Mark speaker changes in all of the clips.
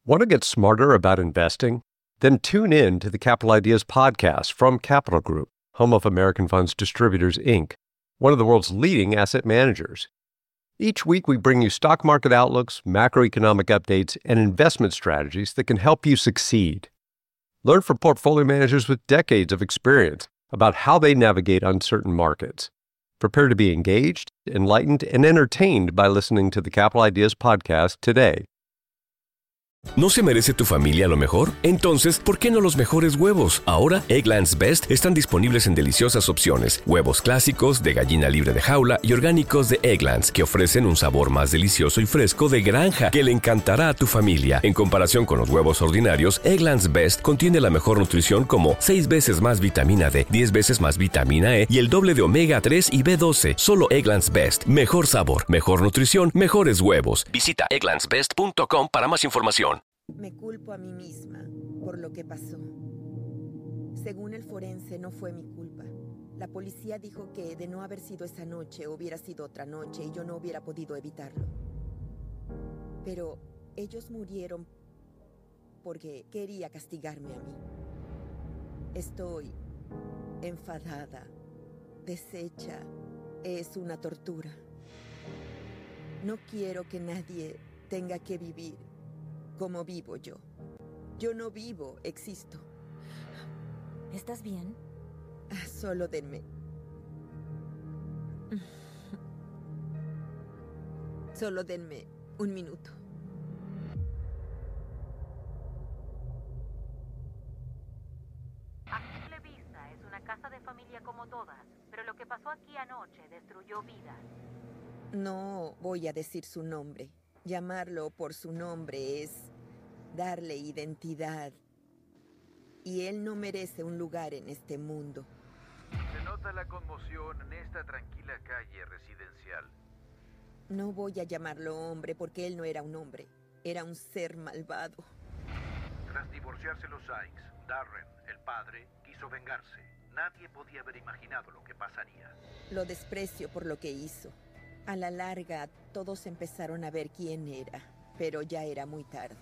Speaker 1: Want to get smarter about investing? Then tune in to the Capital Ideas podcast from Capital Group, home of American Funds Distributors, Inc., one of the world's leading asset managers. Each week, we bring you stock market outlooks, macroeconomic updates, and investment strategies that can help you succeed. Learn from portfolio managers with decades of experience about how they navigate uncertain markets. Prepare to be engaged, enlightened, and entertained by listening to the Capital Ideas podcast today.
Speaker 2: ¿No se merece tu familia lo mejor? Entonces, ¿por qué no los mejores huevos? Ahora, Eggland's Best están disponibles en deliciosas opciones. Huevos clásicos, de gallina libre de jaula y orgánicos de Eggland's, que ofrecen un sabor más delicioso y fresco de granja que le encantará a tu familia. En comparación con los huevos ordinarios, Eggland's Best contiene la mejor nutrición como 6 veces más vitamina D, 10 veces más vitamina E y el doble de omega 3 y B12. Solo Eggland's Best. Mejor sabor, mejor nutrición, mejores huevos. Visita egglandsbest.com para más información.
Speaker 3: Me culpo a mí misma por lo que pasó. Según el forense, no fue mi culpa. La policía dijo que de no haber sido esa noche, hubiera sido otra noche y yo no hubiera podido evitarlo. Pero ellos murieron porque quería castigarme a mí. Estoy enfadada, deshecha. Es una tortura. No quiero que nadie tenga que vivir como vivo yo. Yo no vivo, existo.
Speaker 4: ¿Estás bien?
Speaker 3: Solo denme. Solo denme un minuto.
Speaker 5: A simple vista es una casa de familia como todas, pero lo que pasó aquí anoche destruyó vidas.
Speaker 3: No voy a decir su nombre. Llamarlo por su nombre es darle identidad. Y él no merece un lugar en este mundo.
Speaker 6: Se nota la conmoción en esta tranquila calle residencial.
Speaker 3: No voy a llamarlo hombre porque él no era un hombre. Era un ser malvado.
Speaker 6: Tras divorciarse los Sykes, Darren, el padre, quiso vengarse. Nadie podía haber imaginado lo que pasaría.
Speaker 3: Lo desprecio por lo que hizo. A la larga, todos empezaron a ver quién era, pero ya era muy tarde.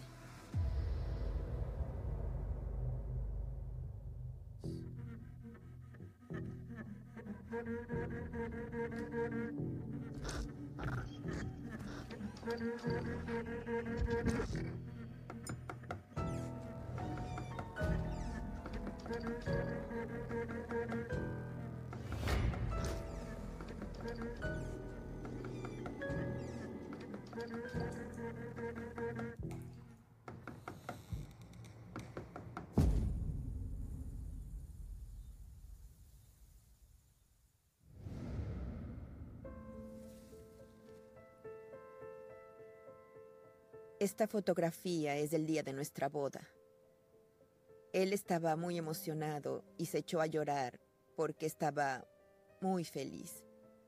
Speaker 3: Esta fotografía es del día de nuestra boda. Él estaba muy emocionado y se echó a llorar porque estaba muy feliz.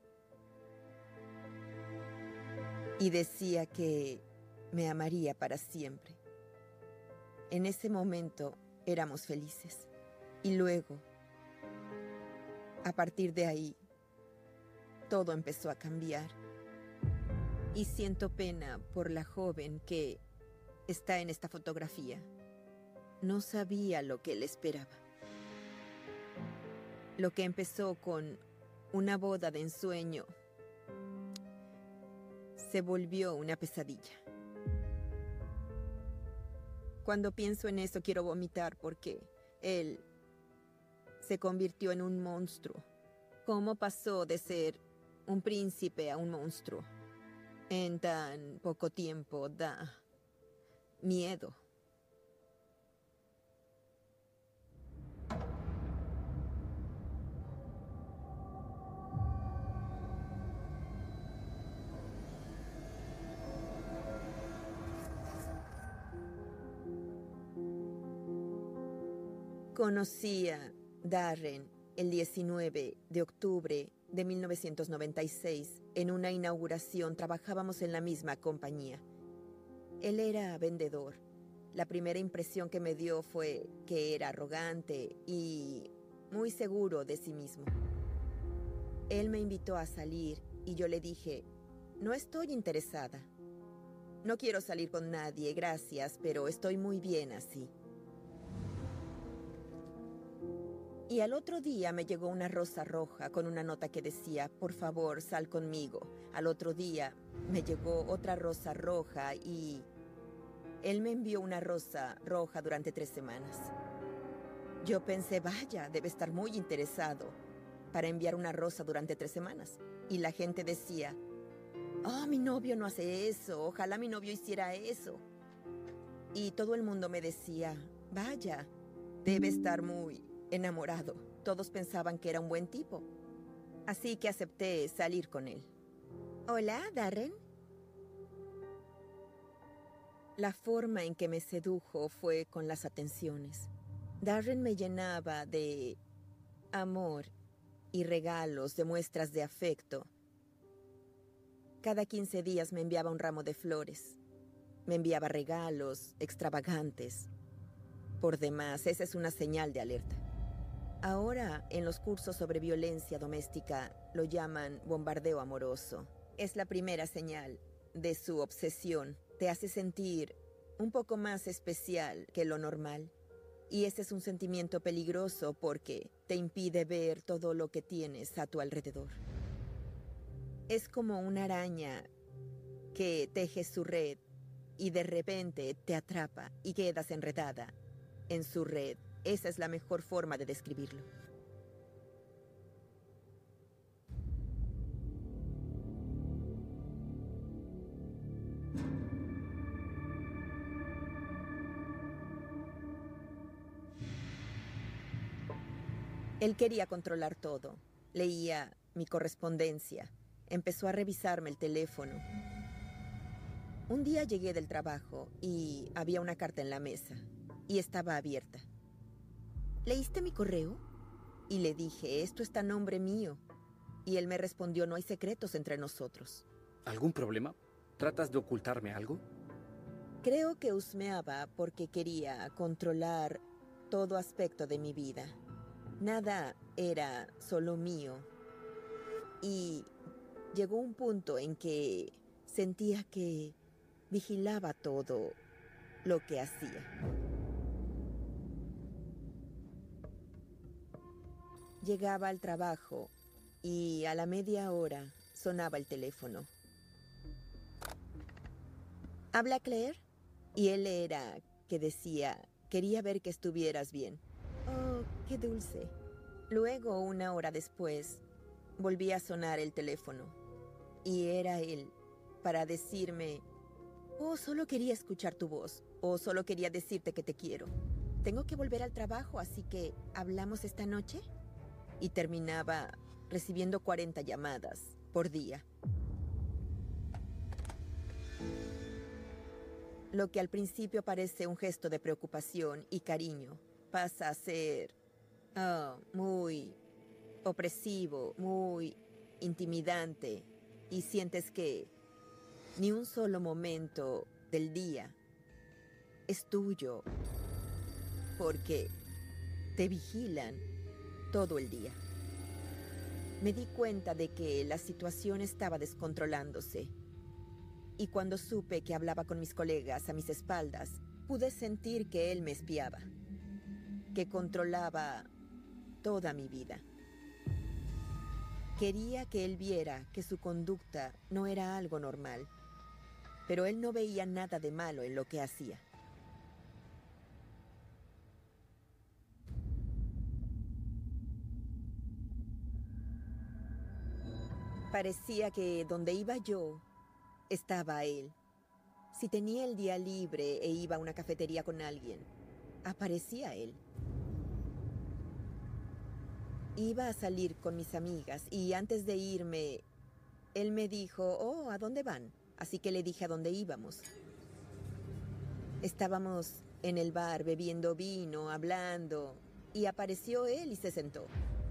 Speaker 3: Y decía que me amaría para siempre. En ese momento éramos felices. Y luego, a partir de ahí, todo empezó a cambiar. Y siento pena por la joven que está en esta fotografía. No sabía lo que le esperaba. Lo que empezó con una boda de ensueño se volvió una pesadilla. Cuando pienso en eso quiero vomitar porque él se convirtió en un monstruo. ¿Cómo pasó de ser un príncipe a un monstruo? En tan poco tiempo da miedo. Conocí a Darren el 19 de octubre de 1996. En una inauguración trabajábamos en la misma compañía. Él era vendedor. La primera impresión que me dio fue que era arrogante y muy seguro de sí mismo. Él me invitó a salir y yo le dije, no estoy interesada. No quiero salir con nadie, gracias, pero estoy muy bien así. Y al otro día me llegó una rosa roja con una nota que decía, por favor, sal conmigo. Al otro día me llegó otra rosa roja y él me envió una rosa roja durante 3 semanas. Yo pensé, vaya, debe estar muy interesado para enviar una rosa durante 3 semanas. Y la gente decía, oh, mi novio no hace eso, ojalá mi novio hiciera eso. Y todo el mundo me decía, vaya, debe estar muy enamorado. Todos pensaban que era un buen tipo. Así que acepté salir con él. Hola, Darren. La forma en que me sedujo fue con las atenciones. Darren me llenaba de amor y regalos, de muestras de afecto. Cada 15 días me enviaba un ramo de flores. Me enviaba regalos extravagantes. Por demás, esa es una señal de alerta. Ahora, en los cursos sobre violencia doméstica, lo llaman bombardeo amoroso. Es la primera señal de su obsesión. Te hace sentir un poco más especial que lo normal. Y ese es un sentimiento peligroso porque te impide ver todo lo que tienes a tu alrededor. Es como una araña que teje su red y de repente te atrapa y quedas enredada en su red. Esa es la mejor forma de describirlo. Él quería controlar todo. Leía mi correspondencia. Empezó a revisarme el teléfono. Un día llegué del trabajo y había una carta en la mesa y estaba abierta. ¿Leíste mi correo? Y le dije, esto está a nombre mío. Y él me respondió, no hay secretos entre nosotros.
Speaker 7: ¿Algún problema? ¿Tratas de ocultarme algo?
Speaker 3: Creo que husmeaba porque quería controlar todo aspecto de mi vida. Nada era solo mío. Y llegó un punto en que sentía que vigilaba todo lo que hacía. Llegaba al trabajo y a la media hora sonaba el teléfono. ¿Habla Claire? Y él era que decía, quería ver que estuvieras bien. Oh, qué dulce. Luego, una hora después, volví a sonar el teléfono. Y era él para decirme, oh, solo quería escuchar tu voz. O solo quería decirte que te quiero. Tengo que volver al trabajo, así que ¿hablamos esta noche? Y terminaba recibiendo 40 llamadas por día. Lo que al principio parece un gesto de preocupación y cariño pasa a ser muy opresivo, muy intimidante, y sientes que ni un solo momento del día es tuyo porque te vigilan todo el día. Me di cuenta de que la situación estaba descontrolándose. Y cuando supe que hablaba con mis colegas a mis espaldas, pude sentir que él me espiaba, que controlaba toda mi vida. Quería que él viera que su conducta no era algo normal, pero él no veía nada de malo en lo que hacía. Parecía que donde iba yo, estaba él. Si tenía el día libre e iba a una cafetería con alguien, aparecía él. Iba a salir con mis amigas y antes de irme, él me dijo, oh, ¿a dónde van? Así que le dije a dónde íbamos. Estábamos en el bar bebiendo vino, hablando, y apareció él y se sentó.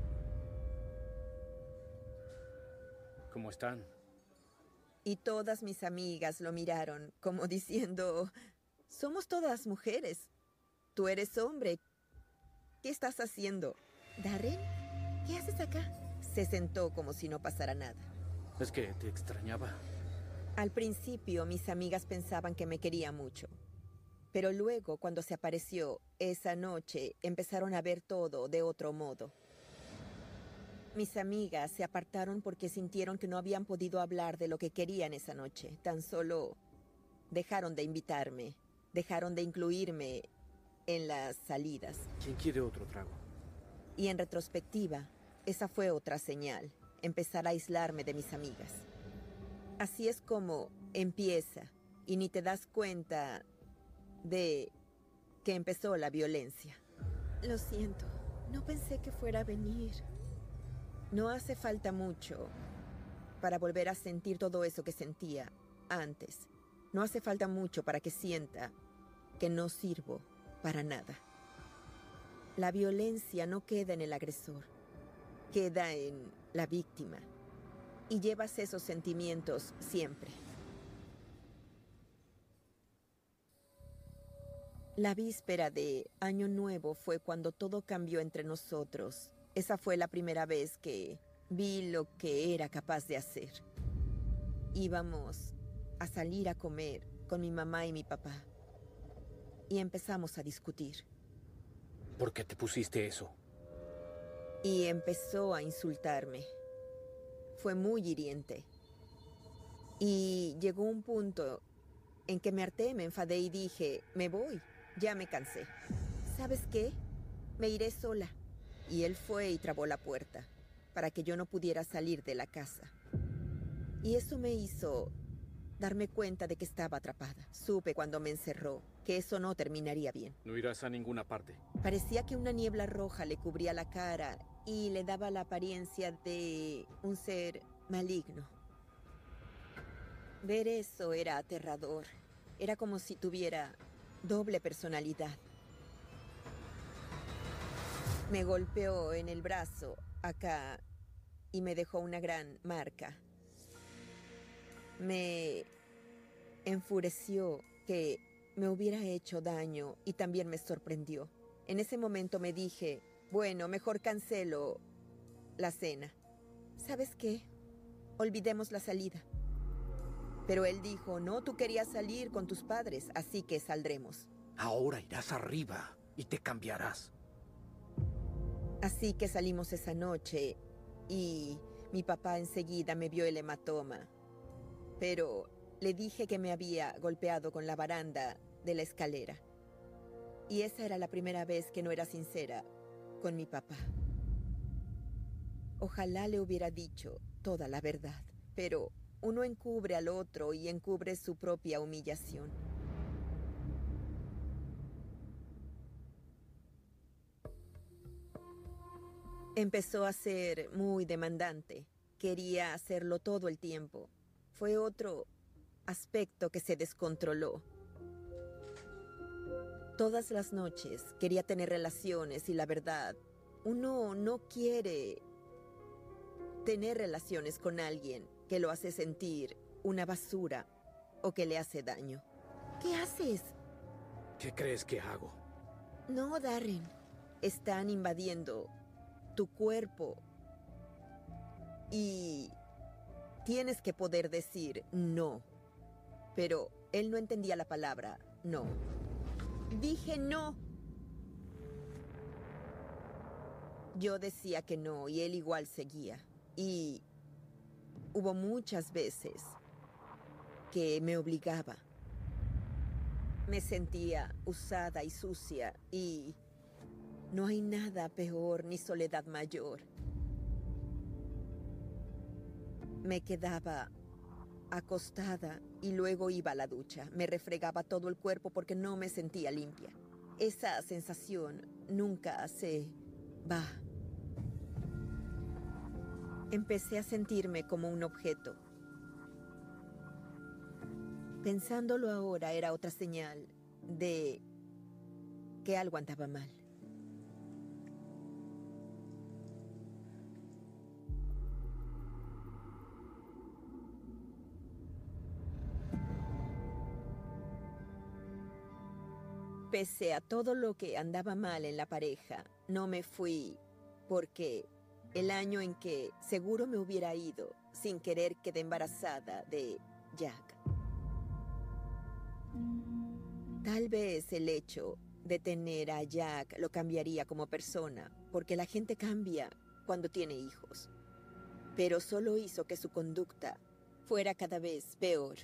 Speaker 7: ¿Cómo están?
Speaker 3: Y todas mis amigas lo miraron, como diciendo, somos todas mujeres. Tú eres hombre. ¿Qué estás haciendo? ¿Darren? ¿Qué haces acá? Se sentó como si no pasara nada.
Speaker 7: Es que te extrañaba.
Speaker 3: Al principio, mis amigas pensaban que me quería mucho. Pero luego, cuando se apareció esa noche, empezaron a ver todo de otro modo. Mis amigas se apartaron porque sintieron que no habían podido hablar de lo que querían esa noche. Tan solo dejaron de invitarme, dejaron de incluirme en las salidas.
Speaker 7: ¿Quién quiere otro trago?
Speaker 3: Y en retrospectiva, esa fue otra señal, empezar a aislarme de mis amigas. Así es como empieza, y ni te das cuenta de que empezó la violencia. Lo siento, no pensé que fuera a venir. No hace falta mucho para volver a sentir todo eso que sentía antes. No hace falta mucho para que sienta que no sirvo para nada. La violencia no queda en el agresor, queda en la víctima. Y llevas esos sentimientos siempre. La víspera de Año Nuevo fue cuando todo cambió entre nosotros. Esa fue la primera vez que vi lo que era capaz de hacer. Íbamos a salir a comer con mi mamá y mi papá. Y empezamos a discutir.
Speaker 7: ¿Por qué te pusiste eso?
Speaker 3: Y empezó a insultarme. Fue muy hiriente. Y llegó un punto en que me harté, me enfadé y dije, me voy, ya me cansé. ¿Sabes qué? Me iré sola. Y él fue y trabó la puerta para que yo no pudiera salir de la casa. Y eso me hizo darme cuenta de que estaba atrapada. Supe cuando me encerró que eso no terminaría bien.
Speaker 7: No irás a ninguna parte.
Speaker 3: Parecía que una niebla roja le cubría la cara y le daba la apariencia de un ser maligno. Ver eso era aterrador. Era como si tuviera doble personalidad. Me golpeó en el brazo, acá, y me dejó una gran marca. Me enfureció que me hubiera hecho daño y también me sorprendió. En ese momento me dije, bueno, mejor cancelo la cena. ¿Sabes qué? Olvidemos la salida. Pero él dijo, no, tú querías salir con tus padres, así que saldremos.
Speaker 6: Ahora irás arriba y te cambiarás.
Speaker 3: Así que salimos esa noche y mi papá enseguida me vio el hematoma. Pero le dije que me había golpeado con la baranda de la escalera. Y esa era la primera vez que no era sincera con mi papá. Ojalá le hubiera dicho toda la verdad, pero uno encubre al otro y encubre su propia humillación. Empezó a ser muy demandante. Quería hacerlo todo el tiempo. Fue otro aspecto que se descontroló. Todas las noches quería tener relaciones y la verdad, uno no quiere tener relaciones con alguien que lo hace sentir una basura o que le hace daño. ¿Qué haces?
Speaker 7: ¿Qué crees que hago?
Speaker 3: No, Darren. Están invadiendo tu cuerpo y tienes que poder decir no. Pero él no entendía la palabra no. Dije no. Yo decía que no y él igual seguía. Y hubo muchas veces que me obligaba. Me sentía usada y sucia y no hay nada peor ni soledad mayor. Me quedaba acostada y luego iba a la ducha. Me refregaba todo el cuerpo porque no me sentía limpia. Esa sensación nunca se va. Empecé a sentirme como un objeto. Pensándolo ahora era otra señal de que algo andaba mal. Pese a todo lo que andaba mal en la pareja, no me fui porque el año en que seguro me hubiera ido, sin querer quedé embarazada de Jack. Tal vez el hecho de tener a Jack lo cambiaría como persona, porque la gente cambia cuando tiene hijos. Pero solo hizo que su conducta fuera cada vez peor.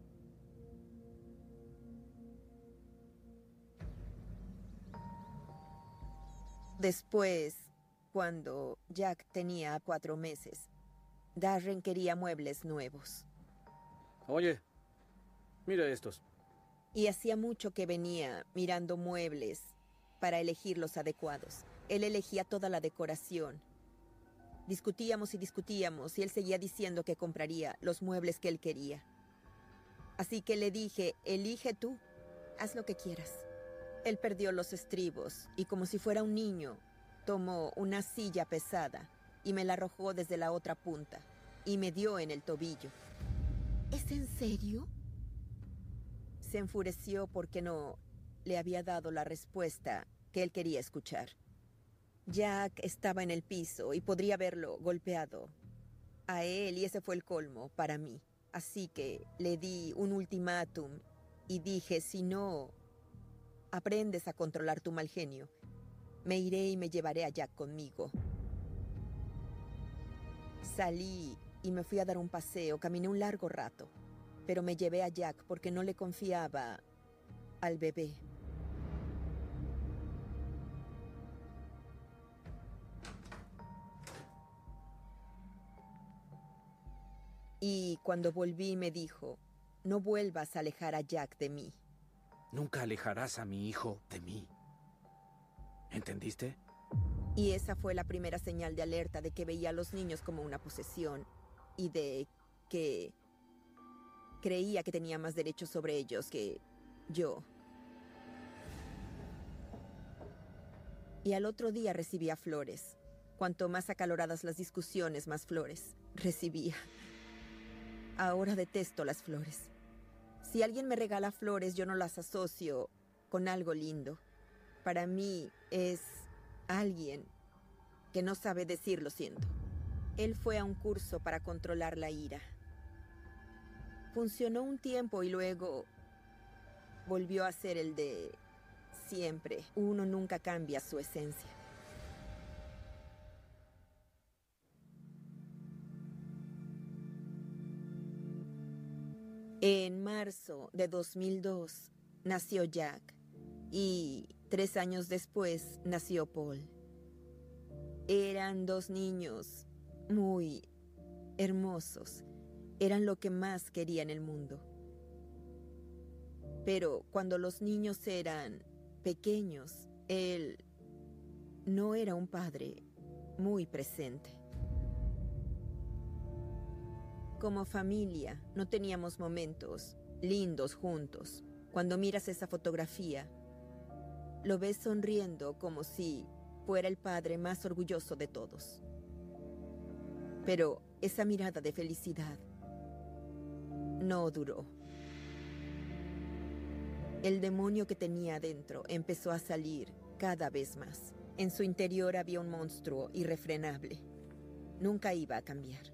Speaker 3: Después, cuando Jack tenía 4 meses, Darren quería muebles nuevos.
Speaker 7: Oye, mira estos.
Speaker 3: Y hacía mucho que venía mirando muebles para elegir los adecuados. Él elegía toda la decoración. Discutíamos y discutíamos y él seguía diciendo que compraría los muebles que él quería. Así que le dije, elige tú, haz lo que quieras. Él perdió los estribos y como si fuera un niño, tomó una silla pesada y me la arrojó desde la otra punta y me dio en el tobillo. ¿Es en serio? Se enfureció porque no le había dado la respuesta que él quería escuchar. Jack estaba en el piso y podría haberlo golpeado a él y ese fue el colmo para mí. Así que le di un ultimátum y dije, si no aprendes a controlar tu mal genio, me iré y me llevaré a Jack conmigo. Salí y me fui a dar un paseo, caminé un largo rato, pero me llevé a Jack porque no le confiaba al bebé. Y cuando volví me dijo, no vuelvas a alejar a Jack de mí.
Speaker 7: Nunca alejarás a mi hijo de mí. ¿Entendiste?
Speaker 3: Y esa fue la primera señal de alerta de que veía a los niños como una posesión y de que creía que tenía más derechos sobre ellos que yo. Y al otro día recibía flores. Cuanto más acaloradas las discusiones, más flores recibía. Ahora detesto las flores. Si alguien me regala flores, yo no las asocio con algo lindo. Para mí es alguien que no sabe decir lo siento. Él fue a un curso para controlar la ira. Funcionó un tiempo y luego volvió a ser el de siempre. Uno nunca cambia su esencia. En marzo de 2002 nació Jack y 3 años después nació Paul. Eran 2 niños muy hermosos. Eran lo que más quería en el mundo. Pero cuando los niños eran pequeños, él no era un padre muy presente. Como familia, no teníamos momentos lindos juntos. Cuando miras esa fotografía, lo ves sonriendo como si fuera el padre más orgulloso de todos. Pero esa mirada de felicidad no duró. El demonio que tenía adentro empezó a salir cada vez más. En su interior había un monstruo irrefrenable. Nunca iba a cambiar.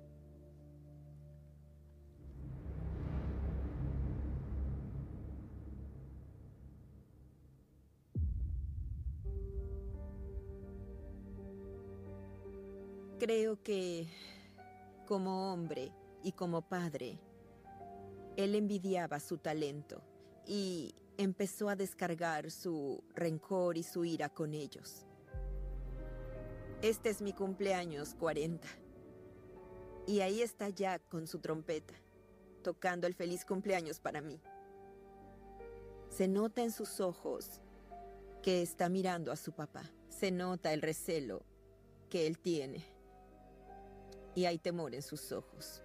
Speaker 3: Creo que, como hombre y como padre, él envidiaba su talento y empezó a descargar su rencor y su ira con ellos. Este es mi cumpleaños 40. Y ahí está Jack con su trompeta, tocando el feliz cumpleaños para mí. Se nota en sus ojos que está mirando a su papá. Se nota el recelo que él tiene. Y hay temor en sus ojos.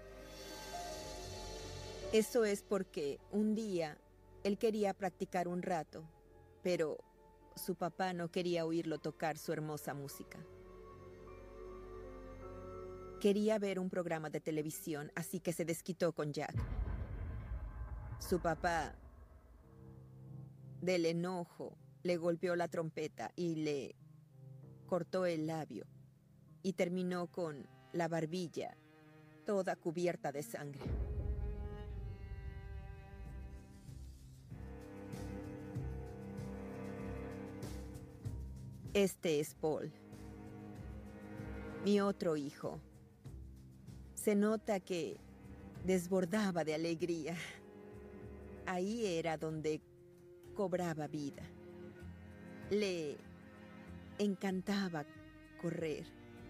Speaker 3: Eso es porque un día él quería practicar un rato, pero su papá no quería oírlo tocar su hermosa música. Quería ver un programa de televisión, así que se desquitó con Jack. Su papá, del enojo, le golpeó la trompeta y le cortó el labio y terminó con la barbilla toda cubierta de sangre. Este es Paul, mi otro hijo. Se nota que desbordaba de alegría. Ahí era donde cobraba vida. Le encantaba correr.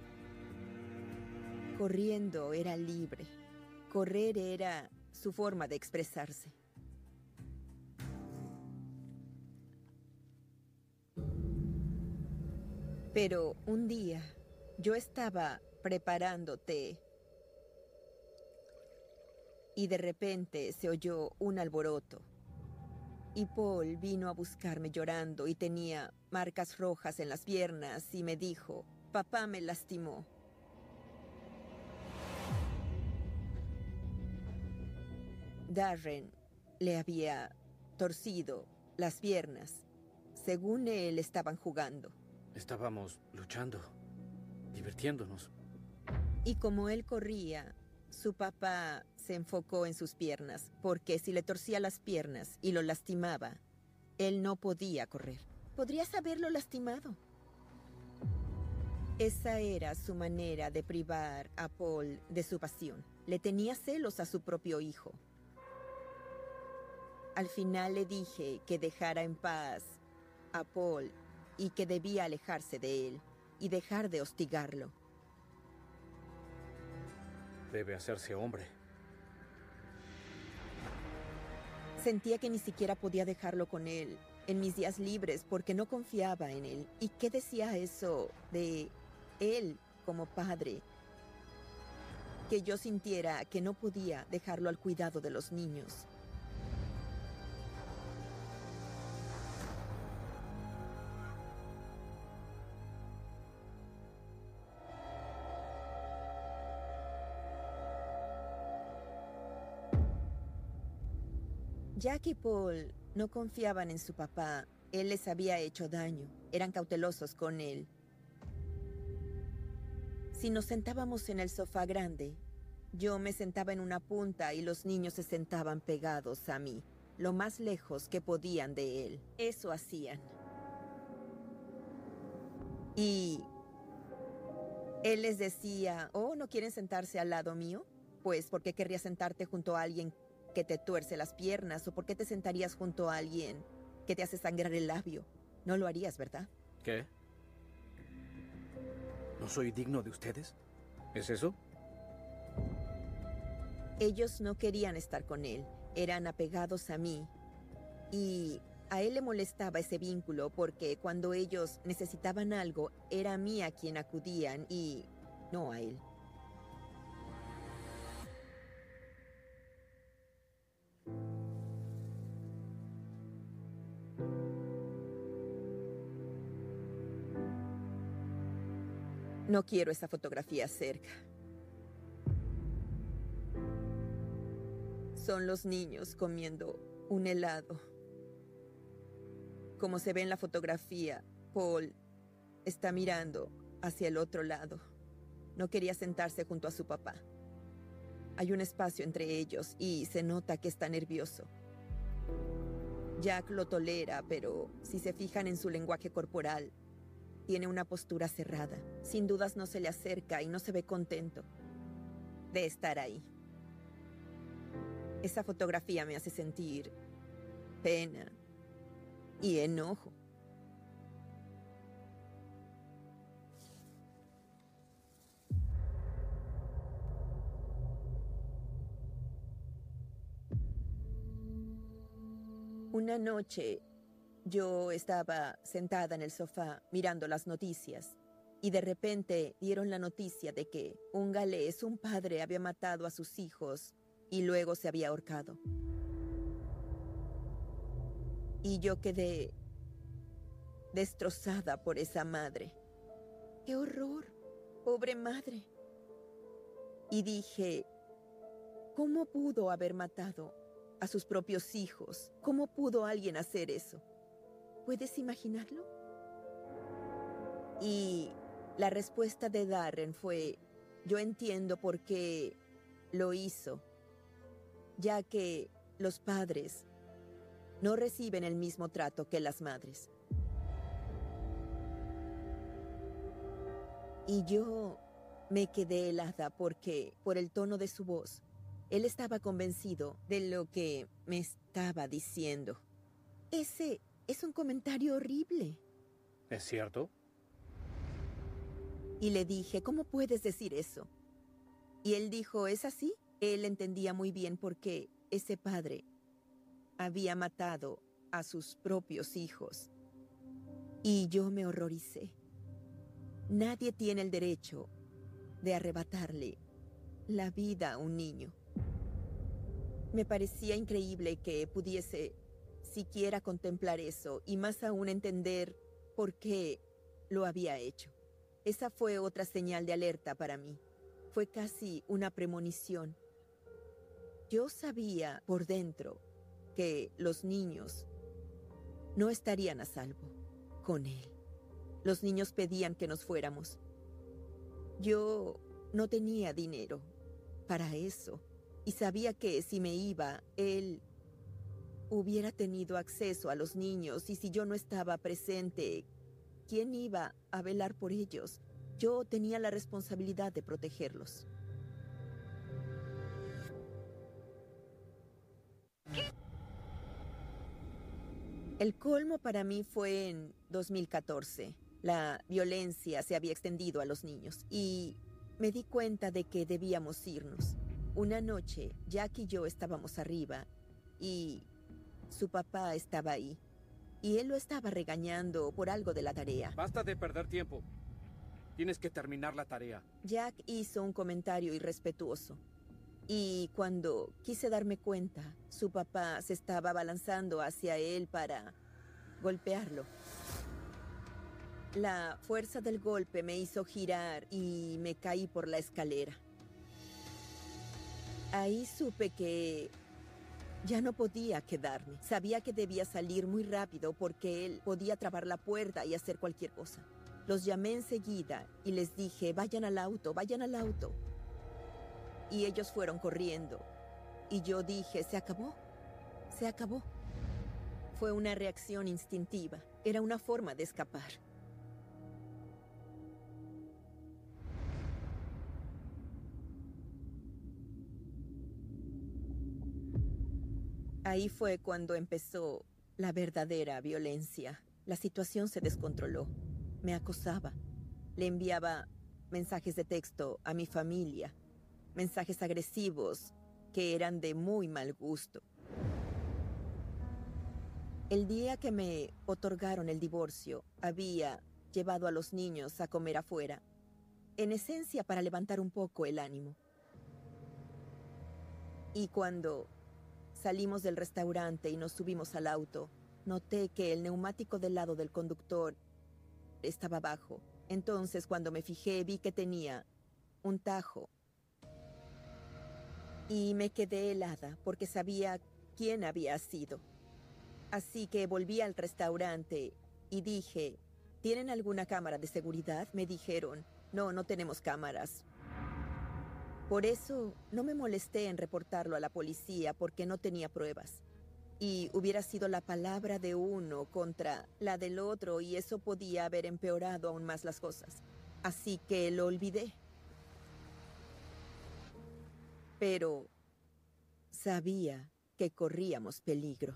Speaker 3: Corriendo era libre. Correr era su forma de expresarse. Pero un día yo estaba preparando té y de repente se oyó un alboroto. Y Paul vino a buscarme llorando y tenía marcas rojas en las piernas y me dijo, papá me lastimó. Darren le había torcido las piernas. Según él, estaban jugando.
Speaker 7: Estábamos luchando, divirtiéndonos.
Speaker 3: Y como él corría, su papá se enfocó en sus piernas, porque si le torcía las piernas y lo lastimaba, él no podía correr. Podrías haberlo lastimado. Esa era su manera de privar a Paul de su pasión. Le tenía celos a su propio hijo. Al final le dije que dejara en paz a Paul y que debía alejarse de él y dejar de hostigarlo.
Speaker 7: Debe hacerse hombre.
Speaker 3: Sentía que ni siquiera podía dejarlo con él en mis días libres porque no confiaba en él. ¿Y qué decía eso de él como padre? Que yo sintiera que no podía dejarlo al cuidado de los niños. Jack y Paul no confiaban en su papá. Él les había hecho daño. Eran cautelosos con él. Si nos sentábamos en el sofá grande, yo me sentaba en una punta y los niños se sentaban pegados a mí, lo más lejos que podían de él. Eso hacían. Y él les decía, oh, ¿no quieren sentarse al lado mío? Pues, ¿por qué querrías sentarte junto a alguien que te tuerce las piernas? ¿O por qué te sentarías junto a alguien que te hace sangrar el labio? No lo harías, ¿verdad?
Speaker 7: ¿Qué? ¿No soy digno de ustedes? ¿Es eso?
Speaker 3: Ellos no querían estar con él. Eran apegados a mí. Y a él le molestaba ese vínculo porque cuando ellos necesitaban algo, era a mí a quien acudían y no a él. No quiero esa fotografía cerca. Son los niños comiendo un helado. Como se ve en la fotografía, Paul está mirando hacia el otro lado. No quería sentarse junto a su papá. Hay un espacio entre ellos y se nota que está nervioso. Jack lo tolera, pero si se fijan en su lenguaje corporal, tiene una postura cerrada. Sin dudas no se le acerca y no se ve contento de estar ahí. Esa fotografía me hace sentir pena y enojo. Una noche, yo estaba sentada en el sofá mirando las noticias y de repente dieron la noticia de que un galés, un padre, había matado a sus hijos y luego se había ahorcado. Y yo quedé destrozada por esa madre. ¡Qué horror! ¡Pobre madre! Y dije, ¿cómo pudo haber matado a sus propios hijos? ¿Cómo pudo alguien hacer eso? ¿Puedes imaginarlo? Y la respuesta de Darren fue, yo entiendo por qué lo hizo, ya que los padres no reciben el mismo trato que las madres. Y yo me quedé helada porque, por el tono de su voz, él estaba convencido de lo que me estaba diciendo. Ese es un comentario horrible.
Speaker 7: ¿Es cierto?
Speaker 3: Y le dije, ¿cómo puedes decir eso? Y él dijo, ¿es así? Él entendía muy bien por qué ese padre había matado a sus propios hijos. Y yo me horroricé. Nadie tiene el derecho de arrebatarle la vida a un niño. Me parecía increíble que pudiese siquiera contemplar eso y más aún entender por qué lo había hecho. Esa fue otra señal de alerta para mí. Fue casi una premonición. Yo sabía por dentro que los niños no estarían a salvo con él. Los niños pedían que nos fuéramos. Yo no tenía dinero para eso y sabía que si me iba, él hubiera tenido acceso a los niños y si yo no estaba presente, ¿quién iba a velar por ellos? Yo tenía la responsabilidad de protegerlos. El colmo para mí fue en 2014. La violencia se había extendido a los niños y me di cuenta de que debíamos irnos. Una noche, Jack y yo estábamos arriba y su papá estaba ahí. Y él lo estaba regañando por algo de la tarea.
Speaker 7: Basta de perder tiempo. Tienes que terminar la tarea.
Speaker 3: Jack hizo un comentario irrespetuoso. Y cuando quise darme cuenta, su papá se estaba abalanzando hacia él para golpearlo. La fuerza del golpe me hizo girar y me caí por la escalera. Ahí supe que ya no podía quedarme. Sabía que debía salir muy rápido porque él podía trabar la puerta y hacer cualquier cosa. Los llamé enseguida y les dije, vayan al auto, vayan al auto. Y ellos fueron corriendo. Y yo dije, se acabó, se acabó. Fue una reacción instintiva. Era una forma de escapar. Ahí fue cuando empezó la verdadera violencia. La situación se descontroló. Me acosaba. Le enviaba mensajes de texto a mi familia. Mensajes agresivos que eran de muy mal gusto. El día que me otorgaron el divorcio, había llevado a los niños a comer afuera. En esencia, para levantar un poco el ánimo. Y cuando salimos del restaurante y nos subimos al auto, noté que el neumático del lado del conductor estaba bajo. Entonces, cuando me fijé, vi que tenía un tajo. Y me quedé helada porque sabía quién había sido. Así que volví al restaurante y dije, ¿tienen alguna cámara de seguridad? Me dijeron, no tenemos cámaras. Por eso no me molesté en reportarlo a la policía porque no tenía pruebas. Y hubiera sido la palabra de uno contra la del otro y eso podía haber empeorado aún más las cosas. Así que lo olvidé. Pero sabía que corríamos peligro.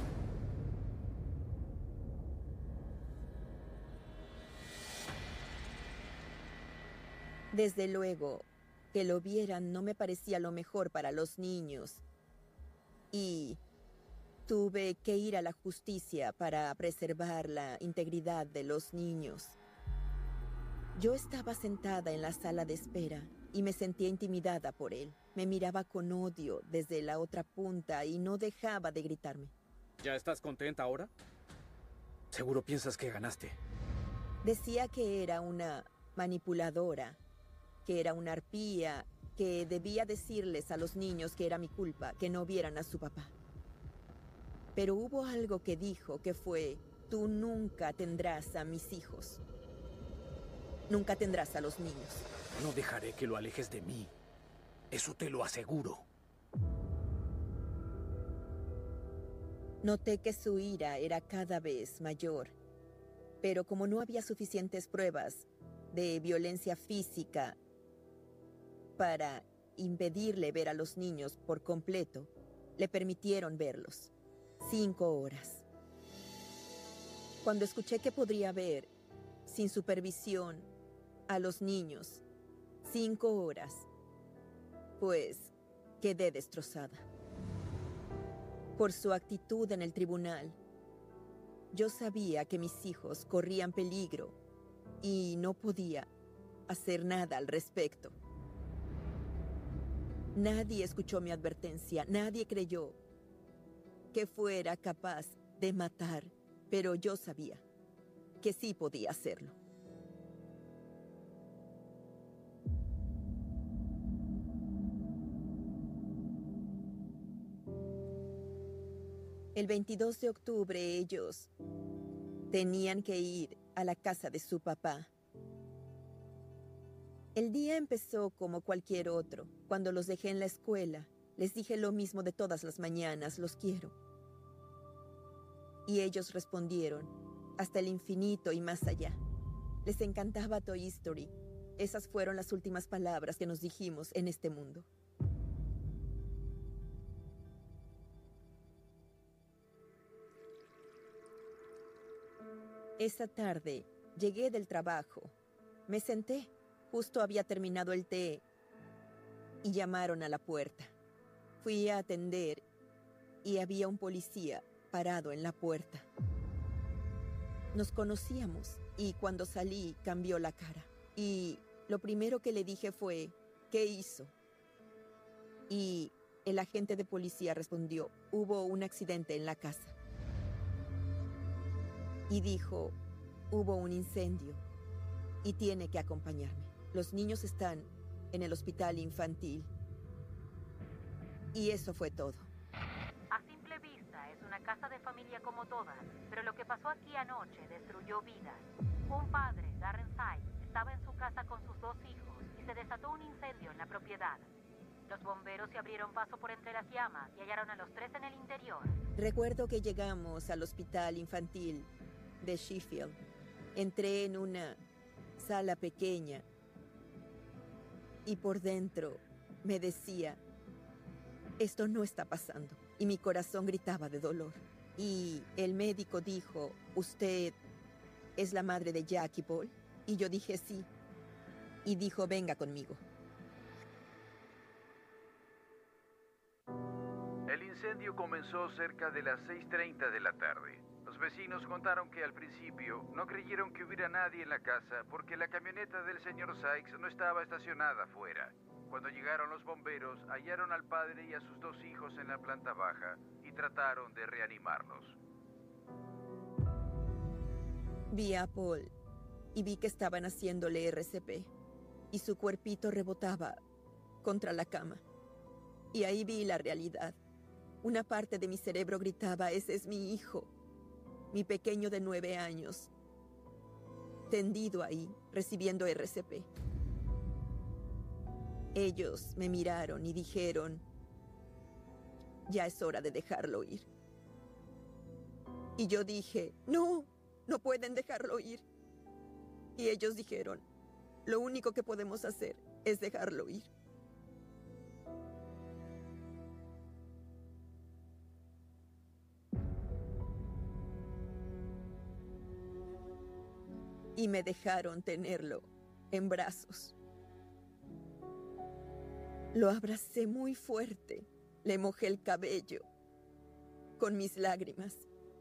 Speaker 3: Desde luego, que lo vieran no me parecía lo mejor para los niños. Y tuve que ir a la justicia para preservar la integridad de los niños. Yo estaba sentada en la sala de espera y me sentía intimidada por él. Me miraba con odio desde la otra punta y no dejaba de gritarme.
Speaker 7: ¿Ya estás contenta ahora? Seguro piensas que ganaste.
Speaker 3: Decía que era una manipuladora, que era una arpía, que debía decirles a los niños que era mi culpa, que no vieran a su papá. Pero hubo algo que dijo que fue, tú nunca tendrás a mis hijos. Nunca tendrás a los niños.
Speaker 7: No dejaré que lo alejes de mí. Eso te lo aseguro.
Speaker 3: Noté que su ira era cada vez mayor. Pero como no había suficientes pruebas, de violencia física para impedirle ver a los niños por completo, le permitieron verlos. 5 horas. Cuando escuché que podría ver, sin supervisión, a los niños, 5 horas, pues quedé destrozada. Por su actitud en el tribunal, yo sabía que mis hijos corrían peligro y no podía hacer nada al respecto. Nadie escuchó mi advertencia, nadie creyó que fuera capaz de matar, pero yo sabía que sí podía hacerlo. El 22 de octubre ellos tenían que ir a la casa de su papá. El día empezó como cualquier otro. Cuando los dejé en la escuela, les dije lo mismo de todas las mañanas: los quiero. Y ellos respondieron: hasta el infinito y más allá. Les encantaba Toy Story. Esas fueron las últimas palabras que nos dijimos en este mundo. Esa tarde llegué del trabajo. Me senté. Justo había terminado el té y llamaron a la puerta. Fui a atender y había un policía parado en la puerta. Nos conocíamos y cuando salí cambió la cara. Y lo primero que le dije fue: ¿qué hizo? Y el agente de policía respondió: hubo un accidente en la casa. Y dijo: hubo un incendio y tiene que acompañarme. Los niños están en el hospital infantil. Y eso fue todo.
Speaker 5: A simple vista es una casa de familia como todas, pero lo que pasó aquí anoche destruyó vidas. Un padre, Darren Sykes, estaba en su casa con sus 2 hijos y se desató un incendio en la propiedad. Los bomberos se abrieron paso por entre las llamas y hallaron a los 3 en el interior.
Speaker 3: Recuerdo que llegamos al hospital infantil de Sheffield. Entré en una sala pequeña y por dentro me decía: esto no está pasando. Y mi corazón gritaba de dolor. Y el médico dijo: ¿usted es la madre de Jack y Paul? Y yo dije sí. Y dijo: venga conmigo.
Speaker 6: El incendio comenzó cerca de las 6:30 de la tarde. Los vecinos contaron que al principio no creyeron que hubiera nadie en la casa porque la camioneta del señor Sykes no estaba estacionada afuera. Cuando llegaron los bomberos, hallaron al padre y a sus 2 hijos en la planta baja y trataron de reanimarlos.
Speaker 3: Vi a Paul y vi que estaban haciéndole RCP y su cuerpito rebotaba contra la cama. Y ahí vi la realidad. Una parte de mi cerebro gritaba: ese es mi hijo, mi pequeño de 9 años, tendido ahí, recibiendo RCP. Ellos me miraron y dijeron: ya es hora de dejarlo ir. Y yo dije: no, no pueden dejarlo ir. Y ellos dijeron: lo único que podemos hacer es dejarlo ir. Y me dejaron tenerlo en brazos. Lo abracé muy fuerte, le mojé el cabello con mis lágrimas.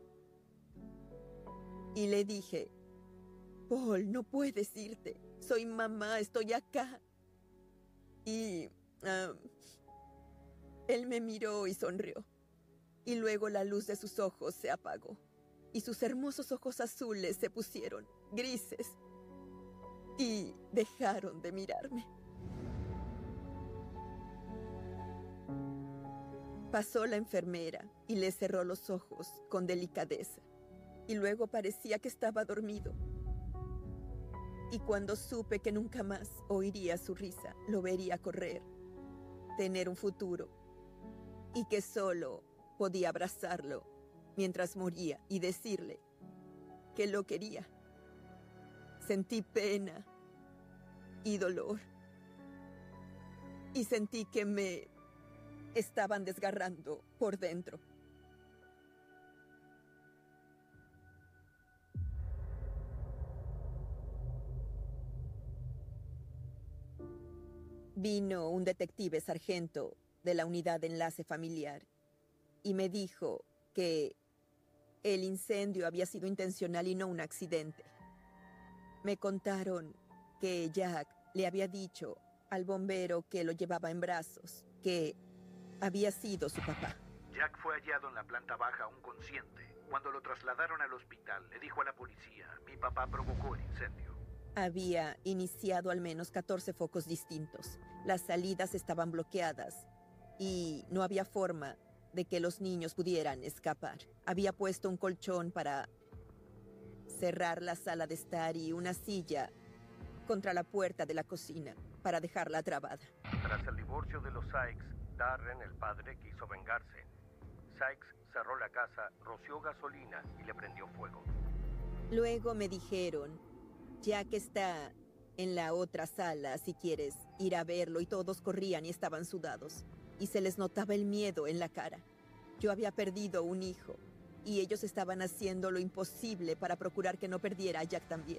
Speaker 3: Y le dije: Paul, no puedes irte. Soy mamá, estoy acá. Y él me miró y sonrió. Y luego la luz de sus ojos se apagó. Y sus hermosos ojos azules se pusieron grises. Y dejaron de mirarme. Pasó la enfermera y le cerró los ojos con delicadeza. Y luego parecía que estaba dormido. Y cuando supe que nunca más oiría su risa, lo vería correr, tener un futuro, y que solo podía abrazarlo mientras moría y decirle que lo quería. Sentí pena y dolor. Y sentí que me estaban desgarrando por dentro. Vino un detective sargento de la unidad de enlace familiar y me dijo que el incendio había sido intencional y no un accidente. Me contaron que Jack le había dicho al bombero que lo llevaba en brazos que había sido su papá.
Speaker 8: Jack fue hallado en la planta baja aún consciente. Cuando lo trasladaron al hospital, le dijo a la policía, mi papá provocó el incendio.
Speaker 3: Había iniciado al menos 14 focos distintos. Las salidas estaban bloqueadas y no había forma de que los niños pudieran escapar. Había puesto un colchón para cerrar la sala de estar y una silla contra la puerta de la cocina para dejarla trabada.
Speaker 9: Tras el divorcio de los Sykes, Darren, el padre, quiso vengarse. Sykes cerró la casa, roció gasolina y le prendió fuego.
Speaker 3: Luego me dijeron, Jack está en la otra sala si quieres ir a verlo, y todos corrían y estaban sudados. Y se les notaba el miedo en la cara. Yo había perdido un hijo y ellos estaban haciendo lo imposible para procurar que no perdiera a Jack también.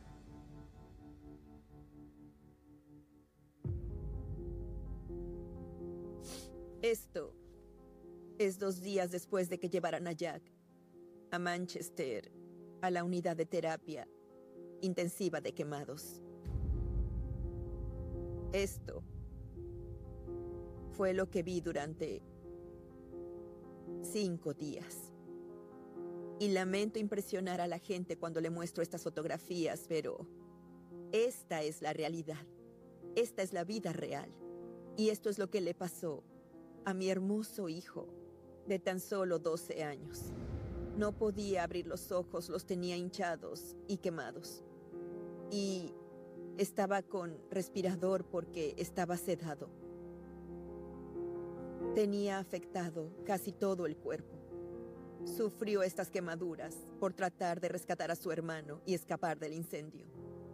Speaker 3: Esto es 2 días después de que llevaran a Jack a Manchester, a la unidad de terapia intensiva de quemados. Esto fue lo que vi durante 5 días. Y lamento impresionar a la gente cuando le muestro estas fotografías, pero esta es la realidad. Esta es la vida real. Y esto es lo que le pasó a mi hermoso hijo de tan solo 12 años. No podía abrir los ojos, los tenía hinchados y quemados. Y estaba con respirador porque estaba sedado. Tenía afectado casi todo el cuerpo. Sufrió estas quemaduras por tratar de rescatar a su hermano y escapar del incendio.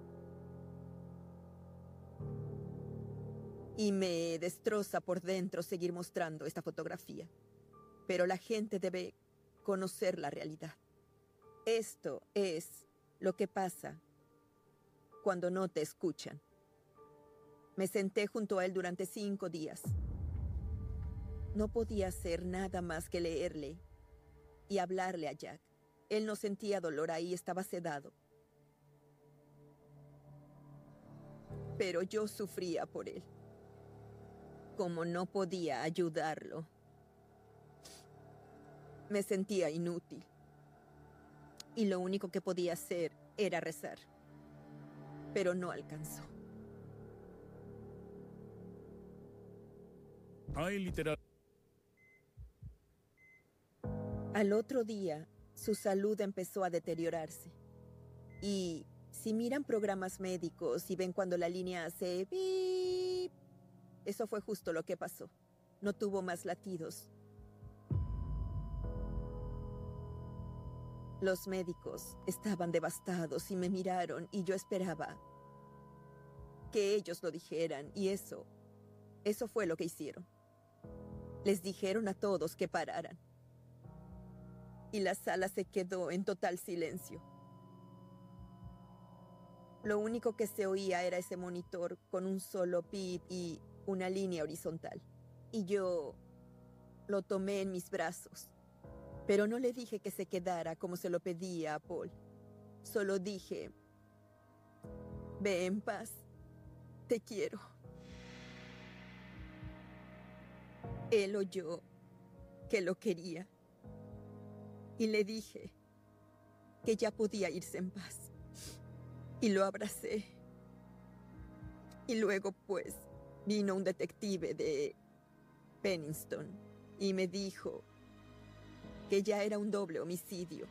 Speaker 3: Y me destroza por dentro seguir mostrando esta fotografía. Pero la gente debe conocer la realidad. Esto es lo que pasa cuando no te escuchan. Me senté junto a él durante 5 días. No podía hacer nada más que leerle y hablarle a Jack. Él no sentía dolor ahí, estaba sedado. Pero yo sufría por él. Como no podía ayudarlo, me sentía inútil. Y lo único que podía hacer era rezar. Pero no alcanzó.
Speaker 10: Hay literal.
Speaker 3: Al otro día, su salud empezó a deteriorarse. Y si miran programas médicos y ven cuando la línea hace beep, eso fue justo lo que pasó. No tuvo más latidos. Los médicos estaban devastados y me miraron y yo esperaba que ellos lo dijeran, y eso fue lo que hicieron. Les dijeron a todos que pararan. Y la sala se quedó en total silencio. Lo único que se oía era ese monitor con un solo pip y una línea horizontal. Y yo lo tomé en mis brazos. Pero no le dije que se quedara como se lo pedía a Paul. Solo dije, ve en paz, te quiero. Él oyó que lo quería. Y le dije que ya podía irse en paz. Y lo abracé. Y luego, pues, vino un detective de Penniston y me dijo que ya era un doble homicidio.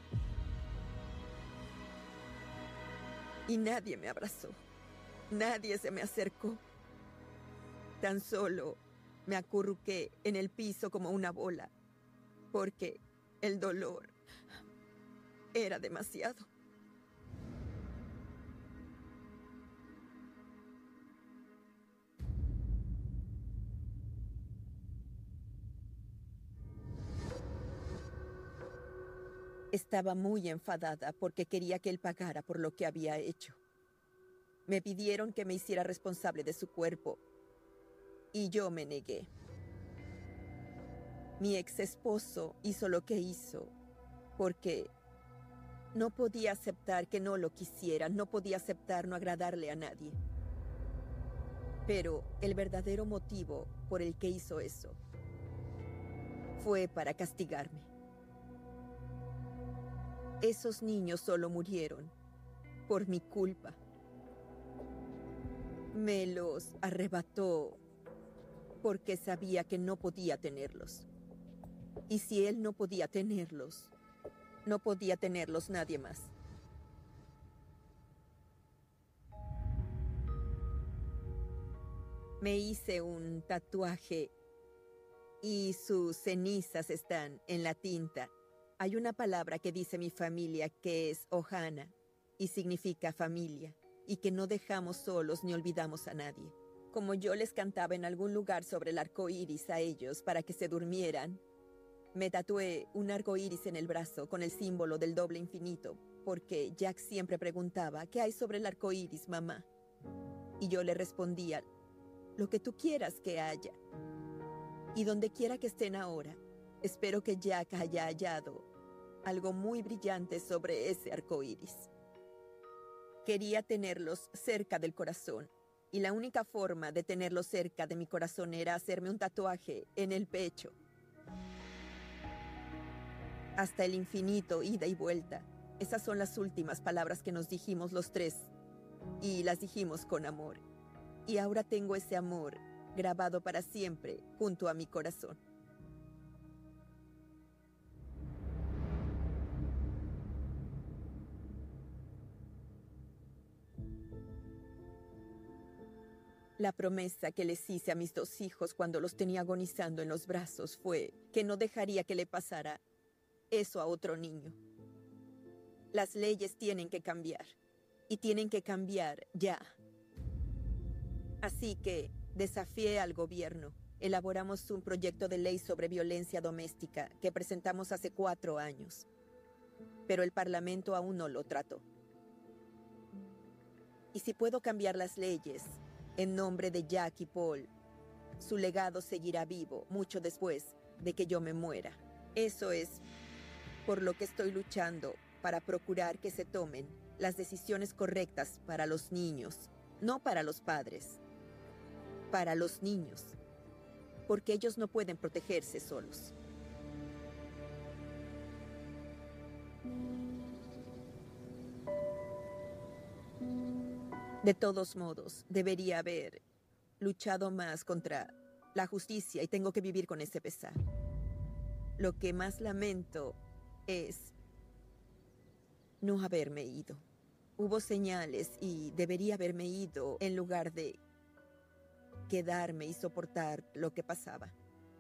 Speaker 3: Y nadie me abrazó. Nadie se me acercó. Tan solo me acurruqué en el piso como una bola, porque el dolor era demasiado. Estaba muy enfadada porque quería que él pagara por lo que había hecho. Me pidieron que me hiciera responsable de su cuerpo y yo me negué. Mi ex esposo hizo lo que hizo porque no podía aceptar que no lo quisiera, no podía aceptar no agradarle a nadie. Pero el verdadero motivo por el que hizo eso fue para castigarme. Esos niños solo murieron por mi culpa. Me los arrebató porque sabía que no podía tenerlos. Y si él no podía tenerlos, no podía tenerlos nadie más. Me hice un tatuaje y sus cenizas están en la tinta. Hay una palabra que dice mi familia que es Ohana y significa familia y que no dejamos solos ni olvidamos a nadie. Como yo les cantaba en algún lugar sobre el arco iris a ellos para que se durmieran, me tatué un arco iris en el brazo con el símbolo del doble infinito porque Jack siempre preguntaba ¿qué hay sobre el arco iris, mamá? Y yo le respondía lo que tú quieras que haya. Y donde quiera que estén ahora, espero que Jack haya hallado algo muy brillante sobre ese arco iris. Quería tenerlos cerca del corazón, y la única forma de tenerlos cerca de mi corazón era hacerme un tatuaje en el pecho. Hasta el infinito, ida y vuelta. Esas son las últimas palabras que nos dijimos los tres, y las dijimos con amor. Y ahora tengo ese amor grabado para siempre junto a mi corazón. La promesa que les hice a mis dos hijos cuando los tenía agonizando en los brazos fue que no dejaría que le pasara eso a otro niño. Las leyes tienen que cambiar, y tienen que cambiar ya. Así que desafié al gobierno. Elaboramos un proyecto de ley sobre violencia doméstica que presentamos hace 4 años. Pero el Parlamento aún no lo trató. Y si puedo cambiar las leyes en nombre de Jack y Paul, su legado seguirá vivo mucho después de que yo me muera. Eso es por lo que estoy luchando, para procurar que se tomen las decisiones correctas para los niños, no para los padres, para los niños, porque ellos no pueden protegerse solos. De todos modos, debería haber luchado más contra la justicia y tengo que vivir con ese pesar. Lo que más lamento es no haberme ido. Hubo señales y debería haberme ido en lugar de quedarme y soportar lo que pasaba.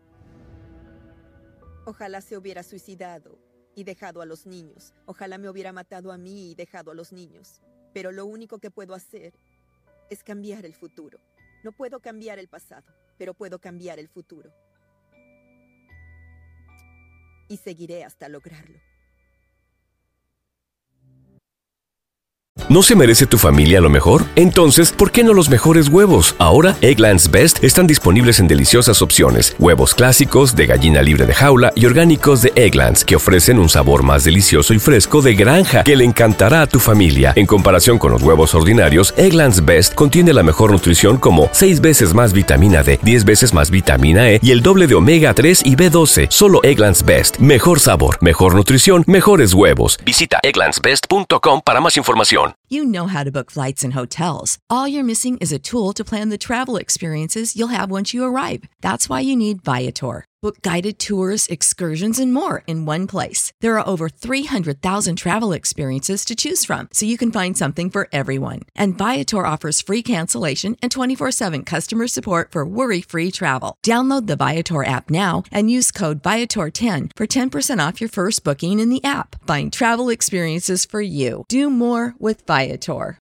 Speaker 3: Ojalá se hubiera suicidado y dejado a los niños. Ojalá me hubiera matado a mí y dejado a los niños. Pero lo único que puedo hacer es cambiar el futuro. No puedo cambiar el pasado, pero puedo cambiar el futuro. Y seguiré hasta lograrlo.
Speaker 2: ¿No se merece tu familia lo mejor? Entonces, ¿por qué no los mejores huevos? Ahora, Eggland's Best están disponibles en deliciosas opciones. Huevos clásicos, de gallina libre de jaula y orgánicos de Eggland's, que ofrecen un sabor más delicioso y fresco de granja que le encantará a tu familia. En comparación con los huevos ordinarios, Eggland's Best contiene la mejor nutrición como 6 veces más vitamina D, 10 veces más vitamina E y el doble de omega 3 y B12. Solo Eggland's Best. Mejor sabor, mejor nutrición, mejores huevos. Visita egglandsbest.com para más información.
Speaker 10: You know how to book flights and hotels. All you're missing is a tool to plan the travel experiences you'll have once you arrive. That's why you need Viator. Book guided tours, excursions, and more in one place. There are over 300,000 travel experiences to choose from, so you can find something for everyone. And Viator offers free cancellation and 24/7 customer support for worry-free travel. Download the Viator app now and use code Viator10 for 10% off your first booking in the app. Find travel experiences for you. Do more with Viator.